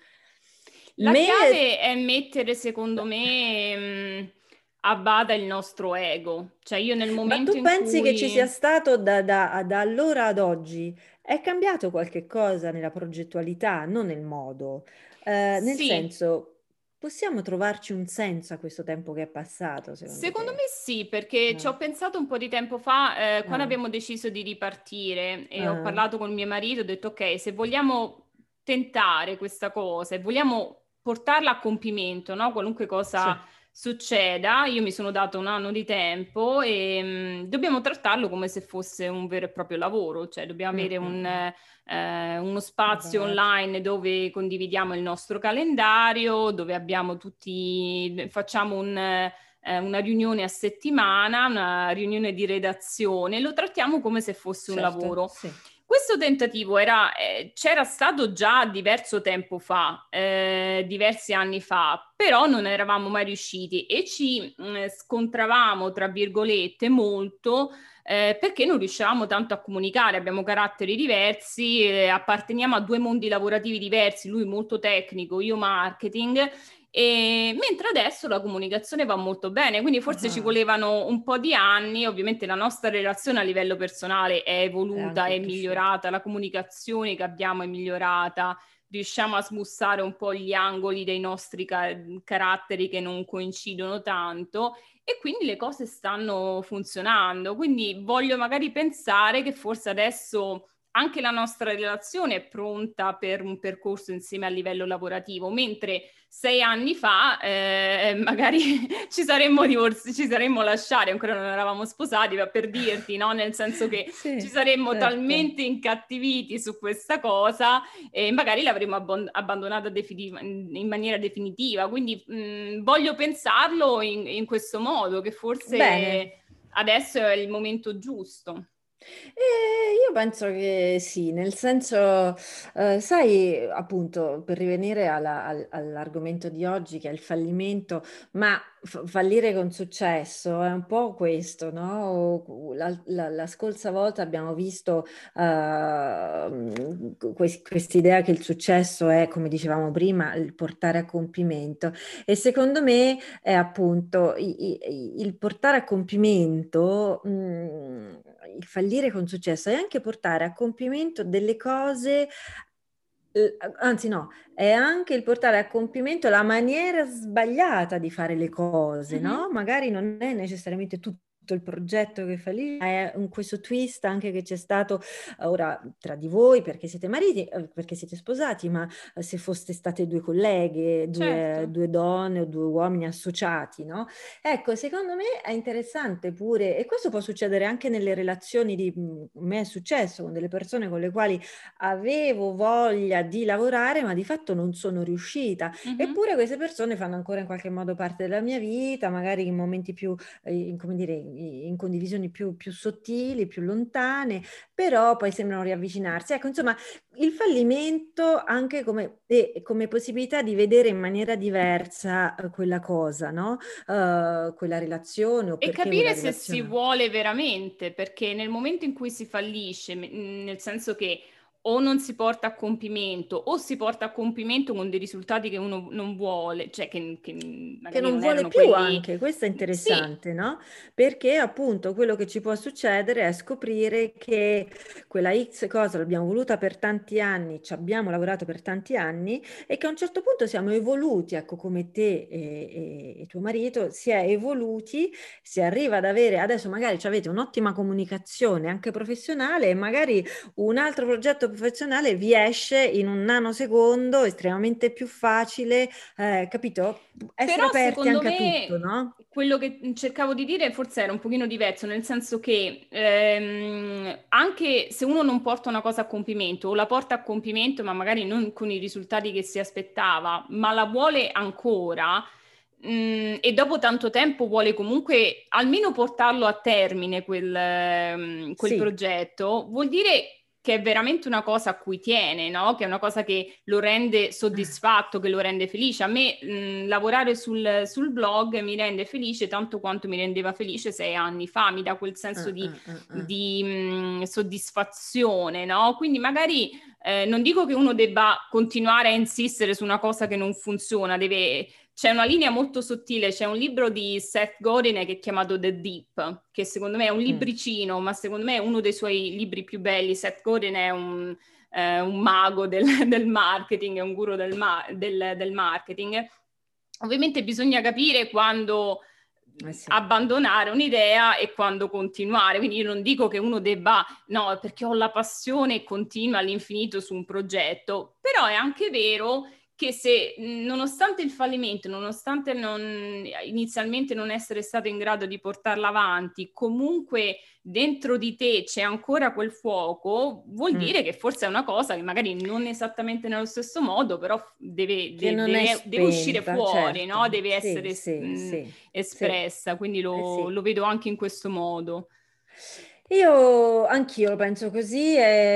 La
Me,
chiave è mettere, secondo me, mh, a bada il nostro ego. Cioè io nel
ma
momento
tu
in
pensi che ci sia
cui...
stato da, da da allora ad oggi? È cambiato qualche cosa nella progettualità, non nel modo? Eh, nel
Sì,
senso, possiamo trovarci un senso a questo tempo che è passato, secondo
secondo
te?
me sì, perché ci
Eh,
ho pensato un po' di tempo fa, eh, quando
eh,
abbiamo deciso di ripartire e ho
eh,
parlato con mio marito, ho detto ok, se vogliamo tentare questa cosa e vogliamo portarla a compimento, no? Qualunque
sì.
cosa succeda, io mi sono dato un anno di tempo e mh, dobbiamo trattarlo come se fosse un vero e proprio lavoro, cioè dobbiamo
Mm,
avere
mm,
un,
mm.
eh, uno spazio
Beh,
online dove condividiamo il nostro calendario, dove abbiamo tutti, facciamo un eh, una riunione a settimana, una riunione di redazione, lo trattiamo come se fosse un
certo,
lavoro.
sì.
Questo tentativo era, eh, c'era stato già diverso tempo fa, eh, diversi anni fa, però non eravamo mai riusciti e ci mh, scontravamo, tra virgolette, molto eh, perché non riuscivamo tanto a comunicare, abbiamo caratteri diversi, eh, apparteniamo a due mondi lavorativi diversi, lui molto tecnico, io marketing, e mentre adesso la comunicazione va molto bene, quindi forse ci
Ah,
volevano un po' di anni, ovviamente la nostra relazione a livello personale è
è
evoluta,
anche
è
cresciuto.
migliorata, la comunicazione che abbiamo è migliorata, riusciamo a smussare un po' gli angoli dei nostri ca- caratteri che non coincidono tanto e quindi le cose stanno funzionando. Quindi voglio magari pensare che forse adesso anche la nostra relazione è pronta per un percorso insieme a livello lavorativo, mentre sei anni fa eh, magari ci saremmo divorzi, ci saremmo lasciati, ancora non eravamo sposati, ma per dirti, no? Nel senso che ci
Sì,
saremmo
certo.
talmente incattiviti su questa cosa e magari l'avremmo abbon- abbandonata definitiva- in maniera definitiva. Quindi mh, voglio pensarlo in, in questo modo, che
Bene.
forse adesso è il momento giusto.
E io penso che sì, nel senso, eh, sai, appunto, per rivenire alla- al- all'argomento di oggi, che è il fallimento, ma f- fallire con successo è un po' questo, no? La, la, la scorsa volta abbiamo visto questa idea che il successo è, come dicevamo prima, il portare a compimento. E secondo me è appunto i- i- il portare a compimento, mh, il fallire con successo è anche portare a compimento delle cose, eh, anzi no, è anche il portare a compimento la maniera sbagliata di fare le cose, no?
Mhm.
Magari non è necessariamente tutto il progetto che fallisce, è un- questo twist anche che c'è stato eh, ora tra di voi perché siete mariti, eh, perché siete sposati, ma eh, se foste state due colleghe, due,
Certo.
due donne o due uomini associati, no? Ecco, secondo me è interessante pure, e questo può succedere anche nelle relazioni di, mh, a me è successo con delle persone con le quali avevo voglia di lavorare, ma di fatto non sono riuscita.
Mhm.
Eppure queste persone fanno ancora in qualche modo parte della mia vita, magari in momenti più, eh, in, come dire, in condivisioni più, più sottili, più lontane, però poi sembrano riavvicinarsi. Ecco, insomma, il fallimento anche come, e come possibilità di vedere in maniera diversa eh, quella cosa, no? Eh, quella relazione o
E
perché quella
capire se si
relazione.
vuole veramente, perché nel momento in cui si fallisce, me- nel senso che o non si porta a compimento o si porta a compimento con dei risultati che uno non vuole, cioè che, che
Che
magari
non
non
vuole
erano
più
quelli.
anche, questo è
Sì.
interessante, no? Perché appunto quello che ci può succedere è scoprire che quella X cosa l'abbiamo voluta per tanti anni, ci abbiamo lavorato per tanti anni e che a un certo punto siamo evoluti, ecco come te e, e- e tuo marito, si è evoluti, si arriva ad avere, adesso magari ci avete un'ottima comunicazione anche professionale e magari un altro progetto professionale vi esce in un nanosecondo estremamente più facile, eh, capito?
Però
Essere aperti
secondo
anche a tutto,
me
no?
quello che cercavo di dire forse era un pochino diverso, nel senso che ehm, anche se uno non porta una cosa a compimento o la porta a compimento, ma magari non con i risultati che si aspettava, ma la vuole ancora, mh, e dopo tanto tempo vuole comunque almeno portarlo a termine quel, ehm, quel
Sì,
progetto, vuol dire che è veramente una cosa a cui tiene, no? Che è una cosa che lo rende soddisfatto, che lo rende felice. A me mh, lavorare sul, sul blog mi rende felice tanto quanto mi rendeva felice sei anni fa, mi dà quel senso
ah,
di,
ah, ah, ah.
di mh, soddisfazione, no? Quindi magari eh, non dico che uno debba continuare a insistere su una cosa che non funziona, deve c'è una linea molto sottile, c'è un libro di Seth Godin che è chiamato The Deep, che secondo me è un
Mm,
libricino, ma secondo me è uno dei suoi libri più belli. Seth Godin è un, eh, un mago del, del marketing, è un guru del, ma- del, del marketing. Ovviamente bisogna capire quando
eh sì.
abbandonare un'idea e quando continuare. Quindi io non dico che uno debba, no, perché ho la passione e continua all'infinito su un progetto, però è anche vero che se nonostante il fallimento, nonostante non, inizialmente non essere stato in grado di portarla avanti, comunque dentro di te c'è ancora quel fuoco, vuol
Mm.
dire che forse è una cosa che magari non esattamente nello stesso modo, però deve,
Che
de-
non è
deve, deve uscire
spenta,
fuori, no?
certo.
Deve
Sì,
essere
sì,
mh,
sì, sì,
espressa, quindi
eh
lo,
sì.
lo vedo anche in questo modo.
Io anch'io lo penso così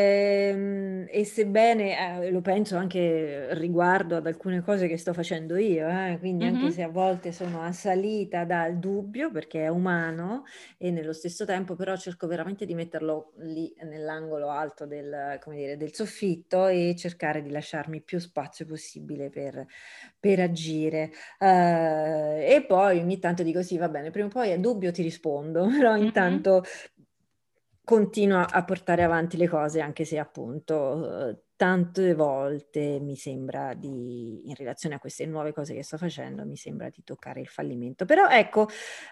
e, e sebbene eh, lo penso anche riguardo ad alcune cose che sto facendo io, eh, quindi anche se
Mhm.
a volte sono assalita dal dubbio perché è umano e nello stesso tempo però cerco veramente di metterlo lì nell'angolo alto del, come dire, del soffitto e cercare di lasciarmi più spazio possibile per, per agire. Eh, e poi ogni tanto dico sì, va bene, prima o poi a dubbio ti rispondo, però
Mhm.
intanto continua a portare avanti le cose, anche se appunto eh, tante volte mi sembra di, in relazione a queste nuove cose che sto facendo, mi sembra di toccare il fallimento. Però ecco,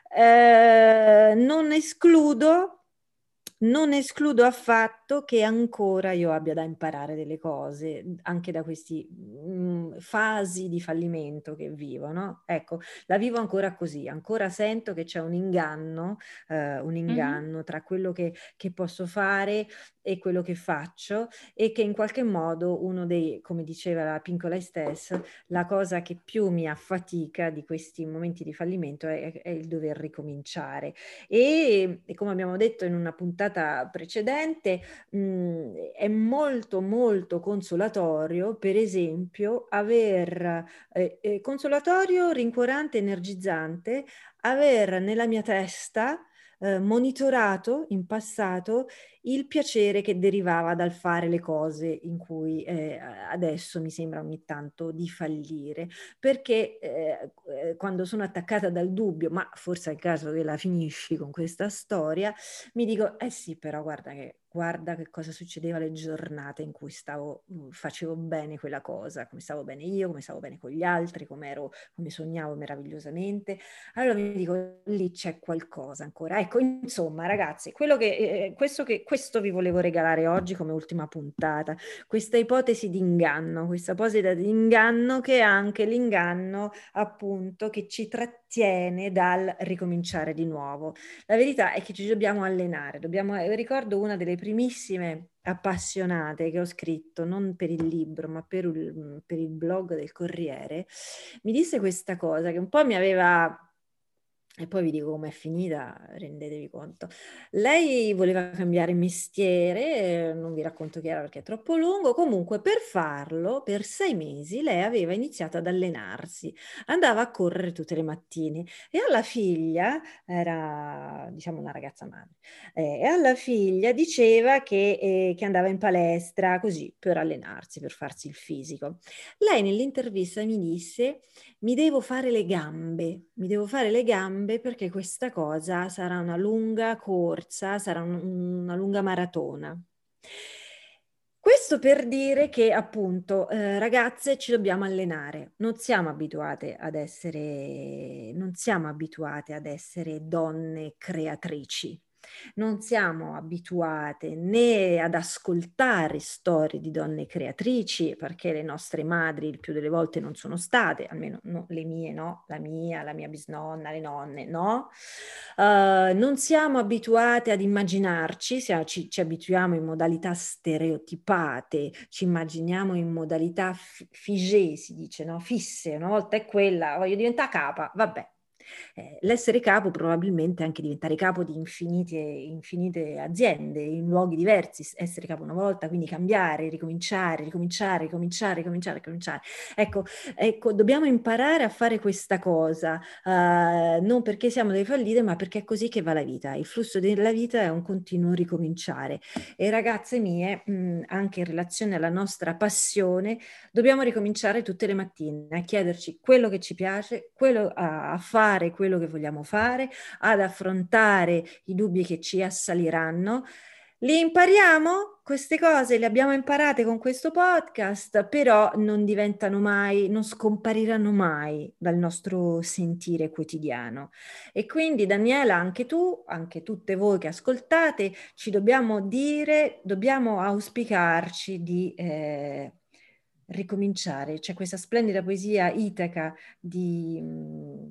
eh, non escludo, non escludo affatto che ancora io abbia da imparare delle cose, anche da queste fasi di fallimento che vivo, no? Ecco, la vivo ancora così, ancora sento che c'è un inganno, eh, un
Mhm.
inganno tra quello che, che posso fare e quello che faccio e che in qualche modo uno dei, come diceva la Pincola Estés, la cosa che più mi affatica di questi momenti di fallimento è, è il dover ricominciare. E, e come abbiamo detto in una puntata puntata precedente, mh, è molto molto consolatorio, per esempio, aver eh, eh, consolatorio, rincuorante, energizzante, aver nella mia testa eh, monitorato in passato il piacere che derivava dal fare le cose in cui eh, adesso mi sembra ogni tanto di fallire, perché eh, eh, quando sono attaccata dal dubbio, ma forse è il caso che la finisci con questa storia, mi dico, eh sì, però guarda che, guarda che cosa succedeva le giornate in cui stavo, facevo bene quella cosa, come stavo bene io, come stavo bene con gli altri, come ero, come sognavo meravigliosamente. Allora mi dico, lì c'è qualcosa ancora. Ecco, insomma, ragazzi, quello che, eh, questo, che, questo vi volevo regalare oggi come ultima puntata, questa ipotesi di inganno, questa ipotesi di inganno che è anche l'inganno, appunto, che ci trattiene dal ricominciare di nuovo. La verità è che ci dobbiamo allenare, dobbiamo, eh, ricordo una delle primissime appassionate che ho scritto, non per il libro, ma per il, per il blog del Corriere, mi disse questa cosa che un po' mi aveva... E poi vi dico com'è finita, rendetevi conto. Lei voleva cambiare mestiere, eh, non vi racconto chi era perché è troppo lungo. Comunque, per farlo, per sei mesi, lei aveva iniziato ad allenarsi. Andava a correre tutte le mattine e alla figlia, era diciamo una ragazza madre, eh, e alla figlia diceva che, eh, che andava in palestra così per allenarsi, per farsi il fisico. Lei nell'intervista mi disse: mi devo fare le gambe, mi devo fare le gambe perché questa cosa sarà una lunga corsa, sarà un- una lunga maratona. Questo per dire che appunto, eh, ragazze, ci dobbiamo allenare. Non siamo abituate ad essere, non siamo abituate ad essere donne creatrici. Non siamo abituate né ad ascoltare storie di donne creatrici, perché le nostre madri il più delle volte non sono state, almeno no, le mie no, la mia, la mia bisnonna, le nonne no. Uh, non siamo abituate ad immaginarci, siamo, ci, ci abituiamo in modalità stereotipate, ci immaginiamo in modalità f- figé, si dice, no? Fisse, una volta è quella, voglio diventare capa, vabbè. Eh, l'essere capo probabilmente anche diventare capo di infinite, infinite aziende in luoghi diversi, essere capo una volta, quindi cambiare, ricominciare, ricominciare, ricominciare, ricominciare, ricominciare. Ecco, ecco, dobbiamo imparare a fare questa cosa, uh, non perché siamo dei fallite, ma perché è così che va la vita. Il flusso della vita è un continuo ricominciare. E ragazze mie, mh, anche in relazione alla nostra passione, dobbiamo ricominciare tutte le mattine a chiederci quello che ci piace, quello a, a fare quello che vogliamo fare, ad affrontare i dubbi che ci assaliranno. Li impariamo? Queste cose le abbiamo imparate con questo podcast, però non diventano mai, non scompariranno mai dal nostro sentire quotidiano. E quindi, Daniela, anche tu, anche tutte voi che ascoltate, ci dobbiamo dire, dobbiamo auspicarci di eh, ricominciare. C'è questa splendida poesia Itaca di mh,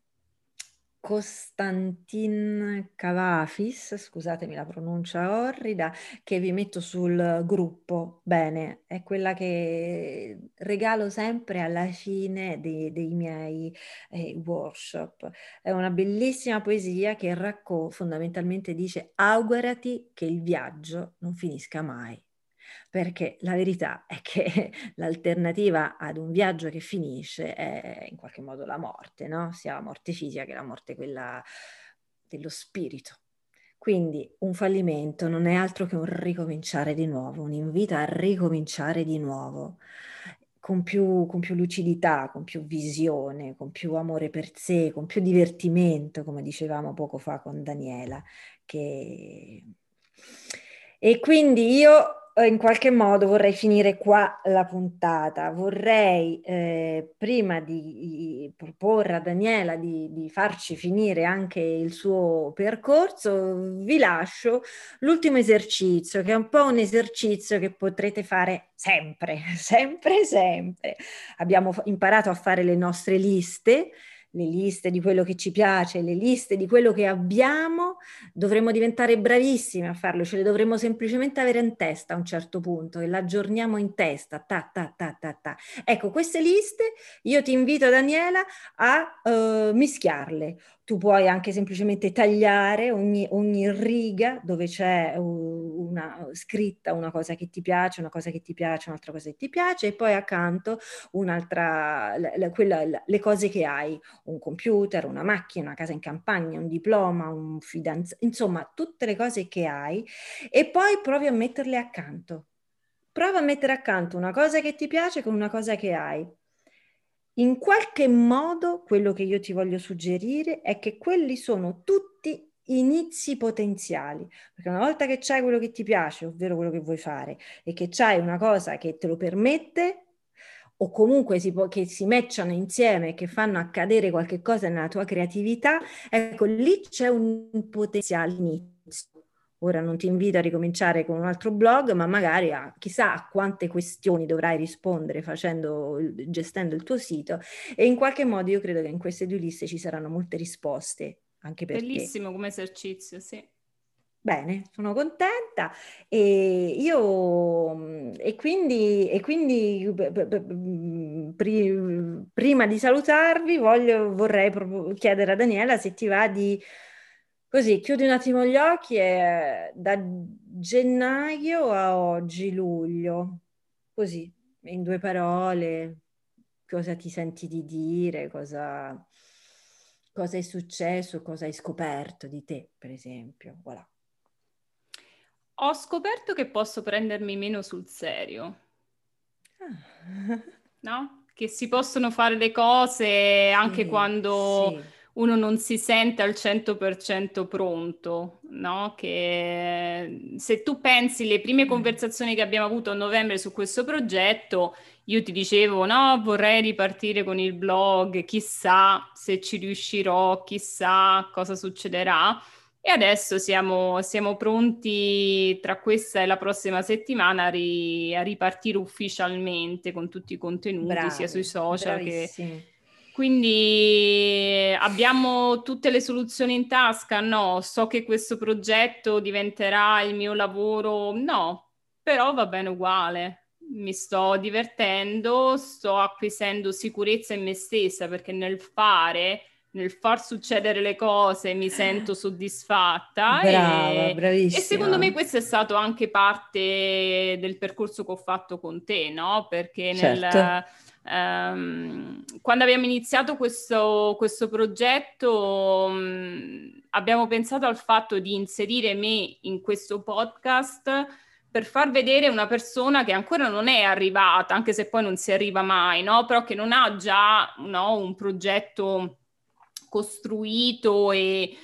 Costantin Cavafis, scusatemi la pronuncia orrida, che vi metto sul gruppo. Bene, è quella che regalo sempre alla fine dei, dei miei eh, workshop. È una bellissima poesia che racco- fondamentalmente dice: augurati che il viaggio non finisca mai. Perché la verità è che l'alternativa ad un viaggio che finisce è in qualche modo la morte, no? Sia la morte fisica che la morte quella dello spirito. Quindi un fallimento non è altro che un ricominciare di nuovo, un invito a ricominciare di nuovo, con più, con più lucidità, con più visione, con più amore per sé, con più divertimento, come dicevamo poco fa con Daniela. Che... E quindi io eh, in qualche modo vorrei finire qua la puntata. Vorrei, eh, prima di proporre a Daniela di, di farci finire anche il suo percorso, vi lascio l'ultimo esercizio, che è un po' un esercizio che potrete fare sempre, sempre, sempre. Abbiamo imparato a fare le nostre liste le liste di quello che ci piace, le liste di quello che abbiamo, dovremmo diventare bravissimi a farlo, ce le dovremmo semplicemente avere in testa a un certo punto e l'aggiorniamo in testa, ta ta ta ta ta. Ecco, queste liste io ti invito, Daniela, a uh, mischiarle. Tu puoi anche semplicemente tagliare ogni, ogni riga dove c'è una scritta, una cosa che ti piace, una cosa che ti piace, un'altra cosa che ti piace, e poi accanto un'altra, la, la, quella, la, le cose che hai, un computer, una macchina, una casa in campagna, un diploma, un fidanzato, insomma, tutte le cose che hai, e poi provi a metterle accanto. Prova a mettere accanto una cosa che ti piace con una cosa che hai. In qualche modo, quello che io ti voglio suggerire è che quelli sono tutti inizi potenziali, perché una volta che c'hai quello che ti piace, ovvero quello che vuoi fare, e che c'hai una cosa che te lo permette, o comunque si può, che si matchano insieme e che fanno accadere qualche cosa nella tua creatività, ecco, lì c'è un potenziale inizio. Ora non ti invito a ricominciare con un altro blog, ma magari a chissà a quante questioni dovrai rispondere facendo, gestendo il tuo sito, e in qualche modo io credo che in queste due liste ci saranno molte risposte anche per te.
Bellissimo come esercizio, sì.
Bene, sono contenta e io e quindi, e quindi pri, prima di salutarvi voglio, vorrei proprio chiedere a Daniela se ti va di così, chiudi un attimo gli occhi e da gennaio a oggi, luglio, così, in due parole, cosa ti senti di dire, cosa, cosa è successo, cosa hai scoperto di te, per esempio, voilà.
Ho scoperto che posso prendermi meno sul serio,
Ah.
no? Che si possono fare le cose anche
Sì,
quando
sì.
uno non si sente al cento per cento pronto, no? Che se tu pensi le prime conversazioni che abbiamo avuto a novembre su questo progetto, io ti dicevo, no, vorrei ripartire con il blog, chissà se ci riuscirò, chissà cosa succederà. E adesso siamo, siamo pronti tra questa e la prossima settimana a, ri- a ripartire ufficialmente con tutti i contenuti, sia sui
Bravi,
social che...
bravissimi.
Quindi abbiamo tutte le soluzioni in tasca? No, so che questo progetto diventerà il mio lavoro? No, però va bene uguale. Mi sto divertendo, sto acquisendo sicurezza in me stessa perché nel fare nel far succedere le cose mi sento soddisfatta
Brava,
e, e secondo me
bravissima.
questo è stato anche parte del percorso che ho fatto con te, no? Perché
Certo.
nel, ehm, quando abbiamo iniziato questo, questo progetto mh, abbiamo pensato al fatto di inserire me in questo podcast per far vedere una persona che ancora non è arrivata, anche se poi non si arriva mai, no? Però che non ha già, no, un progetto costruito e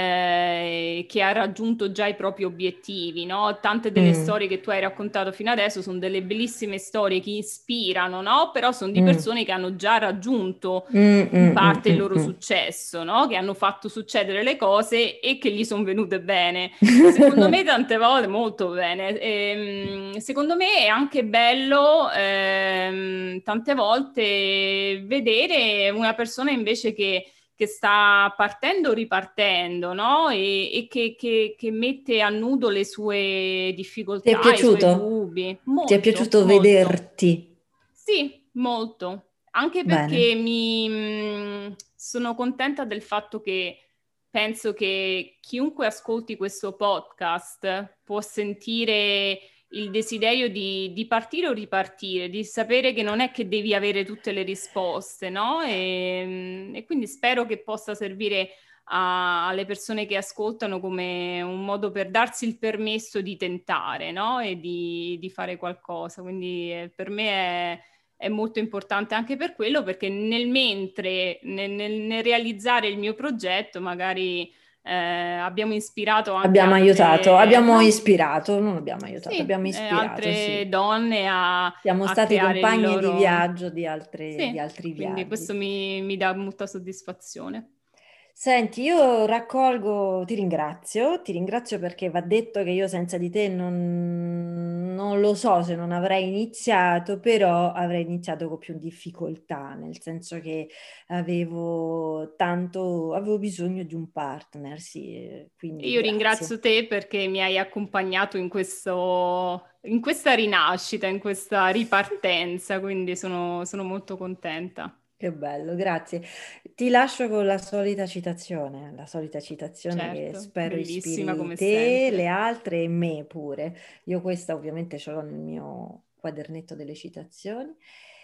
eh, che ha raggiunto già i propri obiettivi, no? Tante delle
Mm,
storie che tu hai raccontato fino adesso sono delle bellissime storie che ispirano, no? Però sono di
mm,
persone che hanno già raggiunto
mm,
in
mm,
parte il
mm,
loro
mm.
successo, no? Che hanno fatto succedere le cose e che gli sono venute bene. Secondo me tante volte molto bene. Ehm, secondo me è anche bello ehm, tante volte vedere una persona invece che che sta partendo o ripartendo, no? E, e che, che, che mette a nudo le sue
Ti è
difficoltà, i suoi
piaciuto?
dubbi.
Ti è
Molto,
piaciuto
molto.
vederti?
Sì, molto. Anche
Bene.
perché mi mh, sono contenta del fatto che penso che chiunque ascolti questo podcast può sentire il desiderio di, di partire o ripartire, di sapere che non è che devi avere tutte le risposte, no? E, e quindi spero che possa servire a- alle persone che ascoltano come un modo per darsi il permesso di tentare, no? E di, di fare qualcosa. Quindi eh, per me è è molto importante anche per quello, perché nel mentre, nel, nel, nel realizzare il mio progetto, magari eh, abbiamo ispirato anche
Abbiamo aiutato,
altre,
abbiamo
no?
ispirato, non abbiamo aiutato,
Sì,
abbiamo
eh,
ispirato,
altre
sì.
donne a,
Siamo
a
stati
creare il
compagni di
loro...
viaggio di altre- di
Sì,
altri
quindi
viaggi.
questo mi, mi dà molta soddisfazione.
Senti, io raccolgo, ti ringrazio, ti ringrazio perché va detto che io senza di te non, non lo so se non avrei iniziato, però avrei iniziato con più difficoltà, nel senso che avevo tanto, avevo bisogno di un partner, sì, quindi
Io
grazie.
ringrazio te perché mi hai accompagnato in questo, in questa rinascita, in questa ripartenza, quindi sono, sono molto contenta.
Che bello, grazie. Ti lascio con la solita citazione, la solita citazione che
Certo,
spero
bellissima
ispiri
come
te, le
sempre.
altre e me pure. Io questa ovviamente ce l'ho nel mio quadernetto delle citazioni.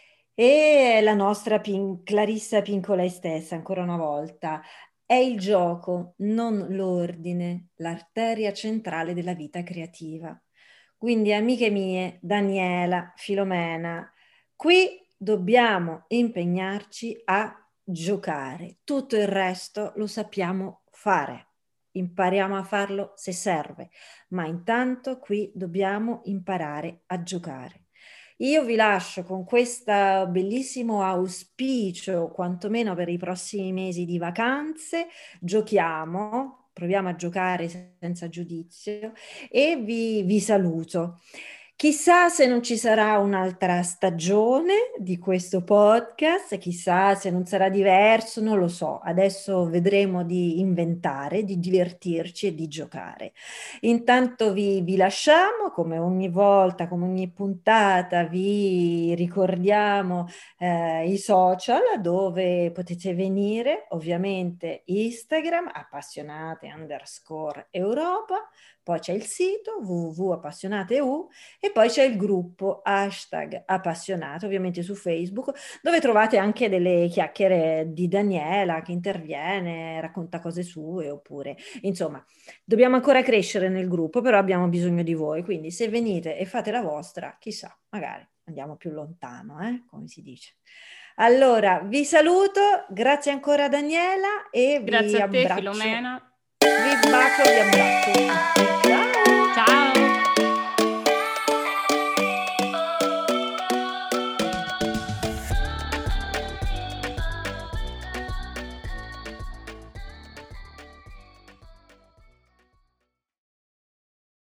E la nostra Pin- Clarissa Pincola stessa, ancora una volta, è il gioco, non l'ordine, l'arteria centrale della vita creativa. Quindi, amiche mie, Daniela, Filomena, qui dobbiamo impegnarci a giocare. Tutto il resto lo sappiamo fare. Impariamo a farlo se serve, ma intanto qui dobbiamo imparare a giocare. Io vi lascio con questo bellissimo auspicio, quantomeno per i prossimi mesi di vacanze. Giochiamo, proviamo a giocare senza giudizio e vi, vi saluto. Chissà se non ci sarà un'altra stagione di questo podcast, chissà se non sarà diverso, non lo so. Adesso vedremo di inventare, di divertirci e di giocare. Intanto vi, vi lasciamo, come ogni volta, come ogni puntata, vi ricordiamo eh, i social dove potete venire, ovviamente Instagram, appassionate underscore Europa, poi c'è il sito w w w punto appassionate punto e u e poi c'è il gruppo hashtag appassionato, ovviamente su Facebook, dove trovate anche delle chiacchiere di Daniela che interviene, racconta cose sue, oppure, insomma, dobbiamo ancora crescere nel gruppo, però abbiamo bisogno di voi, quindi se venite e fate la vostra, chissà, magari andiamo più lontano, eh? Come si dice. Allora, vi saluto, grazie ancora Daniela e
Grazie
vi
a te,
abbraccio,
Filomena.
vi bacio, vi abbraccio tutti. Ciao!